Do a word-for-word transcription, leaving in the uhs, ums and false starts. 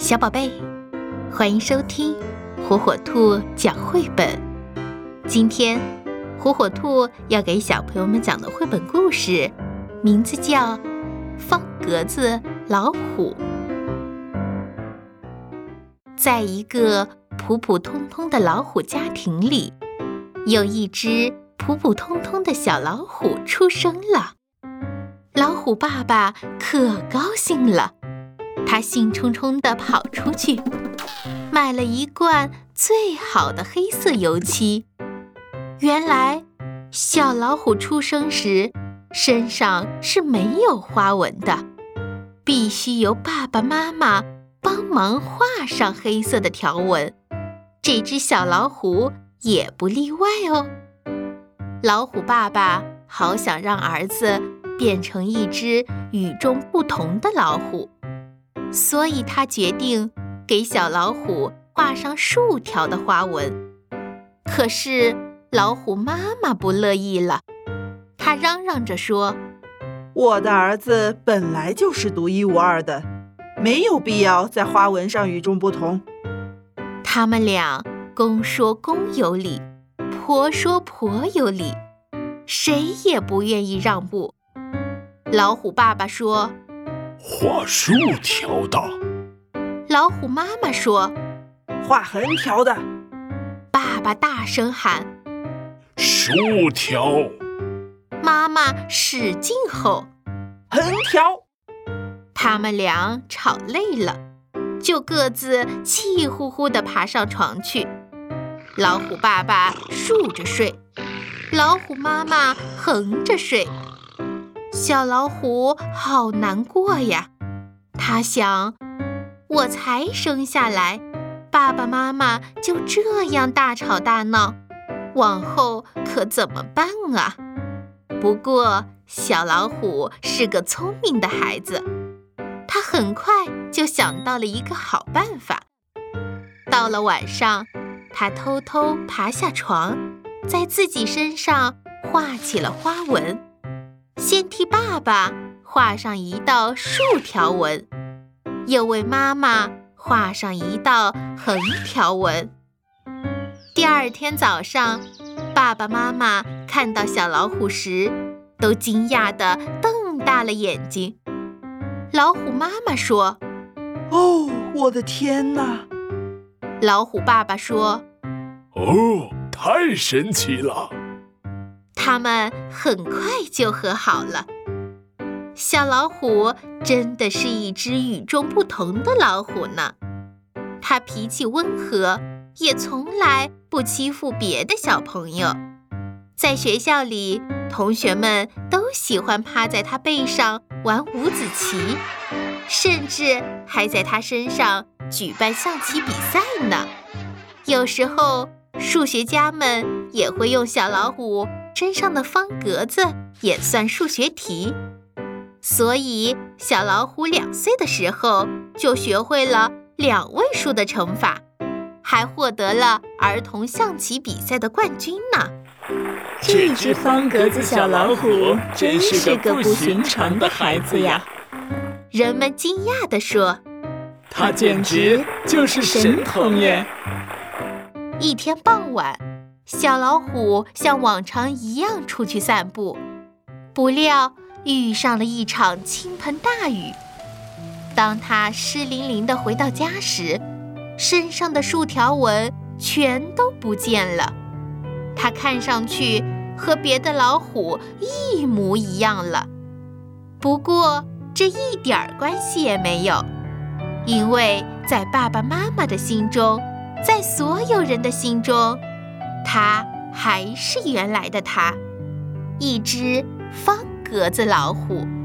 小宝贝，欢迎收听火火兔讲绘本。今天火火兔要给小朋友们讲的绘本故事名字叫《方格子老虎》。在一个普普通通的老虎家庭里，有一只普普通通的小老虎出生了。老虎爸爸可高兴了，他兴冲冲地跑出去，买了一罐最好的黑色油漆。原来，小老虎出生时身上是没有花纹的，必须由爸爸妈妈帮忙画上黑色的条纹。这只小老虎也不例外哦。老虎爸爸好想让儿子变成一只与众不同的老虎，所以他决定给小老虎画上竖条的花纹。可是老虎妈妈不乐意了，她嚷嚷着说： 我的儿子本来就是独一无二的，没有必要在花纹上与众不同。 他们俩公说公有理，婆说婆有理，谁也不愿意让步。老虎爸爸说： 画竖条的。 老虎妈妈说： 画横条的。 爸爸大声喊： 竖条。 妈妈使劲吼： 横条。 他们俩吵累了，就各自气呼呼地爬上床去。老虎爸爸竖着睡，老虎妈妈横着睡。小老虎好难过呀，他想，我才生下来，爸爸妈妈就这样大吵大闹，往后可怎么办啊？不过小老虎是个聪明的孩子，他很快就想到了一个好办法。到了晚上，他偷偷爬下床，在自己身上画起了花纹，先替爸爸画上一道竖条纹，又为妈妈画上一道横条纹。第二天早上，爸爸妈妈看到小老虎时，都惊讶地瞪大了眼睛。老虎妈妈说： 哦，我的天哪！ 老虎爸爸说： 哦，太神奇了！ 他们很快就和好了。小老虎真的是一只与众不同的老虎呢。它脾气温和，也从来不欺负别的小朋友。在学校里，同学们都喜欢趴在它背上玩五子棋，甚至还在它身上举办象棋比赛呢。有时候，数学家们也会用小老虎身上的方格子演算数学题。所以小老虎两岁的时候就学会了两位数的乘法，还获得了儿童象棋比赛的冠军呢。 这只方格子小老虎真是个不寻常的孩子呀！ 人们惊讶地说： 他简直就是神童耶！ 一天傍晚，小老虎像往常一样出去散步，不料遇上了一场倾盆大雨。当他湿淋淋地回到家时，身上的竖条纹全都不见了。他看上去和别的老虎一模一样了。不过这一点关系也没有，因为在爸爸妈妈的心中，在所有人的心中，他还是原来的他，一只方格子老虎。